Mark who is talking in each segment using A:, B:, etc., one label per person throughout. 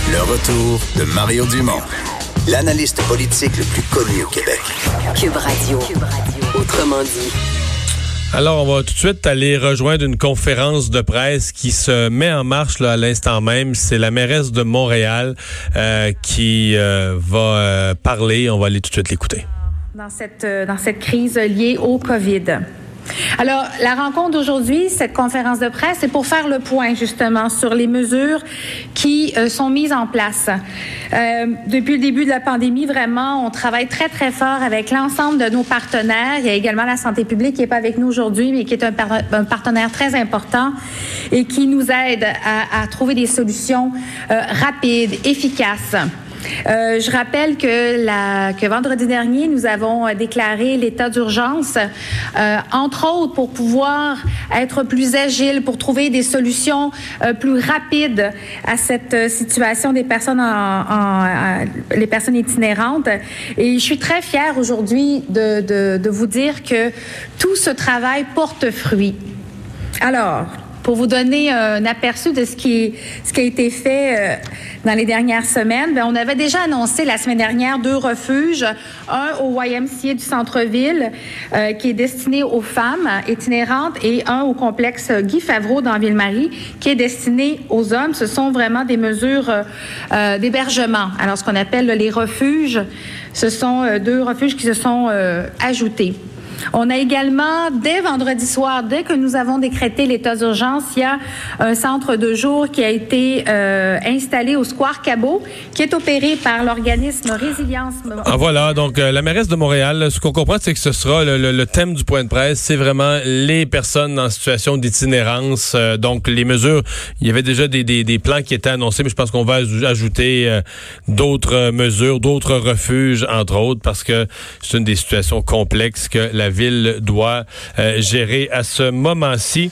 A: Le retour de Mario Dumont, l'analyste politique le plus connu au Québec.
B: Cube Radio. Autrement dit.
C: Alors, on va tout de suite aller rejoindre une conférence de presse qui se met en marche là, à l'instant même. C'est la mairesse de Montréal qui va parler. On va aller tout de suite l'écouter.
D: Dans cette crise liée au COVID. Alors, la rencontre d'aujourd'hui, cette conférence de presse, c'est pour faire le point, justement, sur les mesures qui sont mises en place. Depuis le début de la pandémie, vraiment, on travaille très, très fort avec l'ensemble de nos partenaires. Il y a également la santé publique qui n'est pas avec nous aujourd'hui, mais qui est un partenaire très important et qui nous aide à trouver des solutions rapides, efficaces. Je rappelle que vendredi dernier, nous avons déclaré l'état d'urgence, entre autres pour pouvoir être plus agile, pour trouver des solutions plus rapides à cette situation des personnes les personnes itinérantes. Et je suis très fière aujourd'hui de vous dire que tout ce travail porte fruit. Alors, pour vous donner un aperçu de ce qui a été fait dans les dernières semaines, on avait déjà annoncé la semaine dernière 2 refuges, un au YMCA du centre-ville qui est destiné aux femmes itinérantes et un au complexe Guy Favreau dans Ville-Marie qui est destiné aux hommes. Ce sont vraiment des mesures d'hébergement. Alors, ce qu'on appelle les refuges, ce sont 2 refuges qui se sont ajoutés. On a également, dès vendredi soir, dès que nous avons décrété l'état d'urgence, il y a un centre de jour qui a été installé au Square Cabot, qui est opéré par l'organisme Résilience.
C: Ah voilà, donc la mairesse de Montréal, ce qu'on comprend, c'est que ce sera le thème du point de presse, c'est vraiment les personnes en situation d'itinérance. Donc les mesures, il y avait déjà des plans qui étaient annoncés, mais je pense qu'on va ajouter d'autres mesures, d'autres refuges, entre autres, parce que c'est une des situations complexes que la ville doit gérer à ce moment-ci.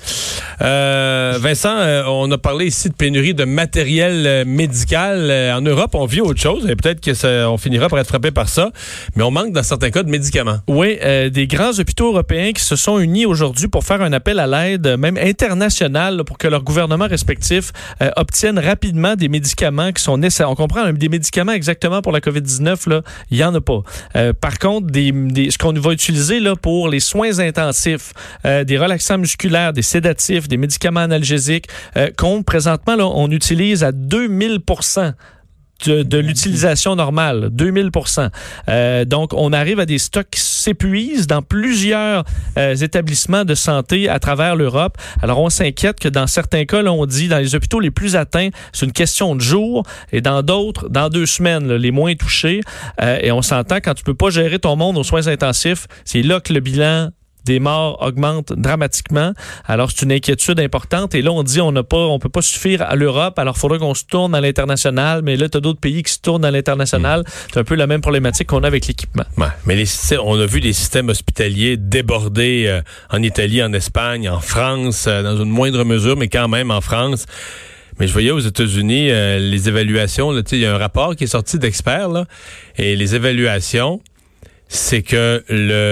C: Vincent, on a parlé ici de pénurie de matériel médical. En Europe, on vit autre chose et peut-être que on finira par être frappé par ça, mais on manque dans certains cas de médicaments.
E: Oui, des grands hôpitaux européens qui se sont unis aujourd'hui pour faire un appel à l'aide, même international, là, pour que leurs gouvernements respectifs obtiennent rapidement des médicaments qui sont nécessaires. On comprend, des médicaments exactement pour la COVID-19, là, il n'y en a pas. Par contre, ce qu'on va utiliser là, pour les soins intensifs, des relaxants musculaires, des sédatifs, des médicaments analgésiques, qu'on présentement là, on utilise à 2000% de l'utilisation normale, 2000%. Donc, on arrive à des stocks qui s'épuisent dans plusieurs établissements de santé à travers l'Europe. Alors, on s'inquiète que dans certains cas, là, on dit, dans les hôpitaux les plus atteints, c'est une question de jours, et dans d'autres, dans 2 semaines, là, les moins touchés. Et on s'entend, quand tu peux pas gérer ton monde aux soins intensifs, c'est là que le bilan des morts augmentent dramatiquement. Alors, c'est une inquiétude importante. Et là, on dit on peut pas suffire à l'Europe. Alors, il faudra qu'on se tourne à l'international. Mais là, tu as d'autres pays qui se tournent à l'international. C'est un peu la même problématique qu'on a avec l'équipement.
C: Ouais, mais on a vu les systèmes hospitaliers déborder en Italie, en Espagne, en France, dans une moindre mesure, mais quand même en France. Mais je voyais aux États-Unis les évaluations. Il y a un rapport qui est sorti d'experts, là, et les évaluations, c'est que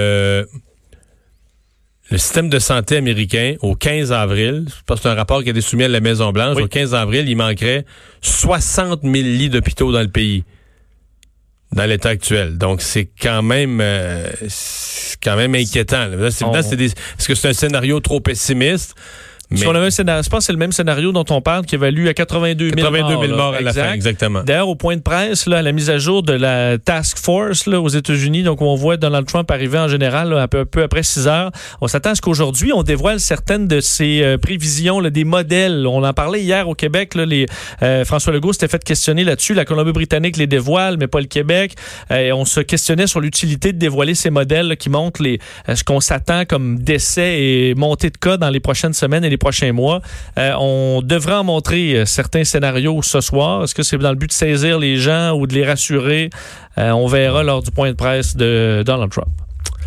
C: le système de santé américain, au 15 avril, je pense que c'est un rapport qui a été soumis à la Maison-Blanche, oui. Au 15 avril, il manquerait 60 000 lits d'hôpitaux dans le pays, dans l'état actuel. Donc, c'est quand même inquiétant. Là, est-ce que c'est un scénario trop pessimiste?
E: Mais on avait je pense que c'est le même scénario dont on parle qui évalue à 82 000
C: morts à la fin, exactement.
E: D'ailleurs, au point de presse, là, à la mise à jour de la Task Force là, aux États-Unis, donc où on voit Donald Trump arriver en général là, un peu après 6 heures, on s'attend à ce qu'aujourd'hui, on dévoile certaines de ces prévisions, là, des modèles. On en parlait hier au Québec. Là, François Legault s'était fait questionner là-dessus. La Colombie-Britannique les dévoile, mais pas le Québec. Et on se questionnait sur l'utilité de dévoiler ces modèles là, qui montrent ce qu'on s'attend comme décès et montée de cas dans les prochaines semaines et les prochains mois. On devrait en montrer certains scénarios ce soir. Est-ce que c'est dans le but de saisir les gens ou de les rassurer? On verra lors du point de presse de Donald Trump.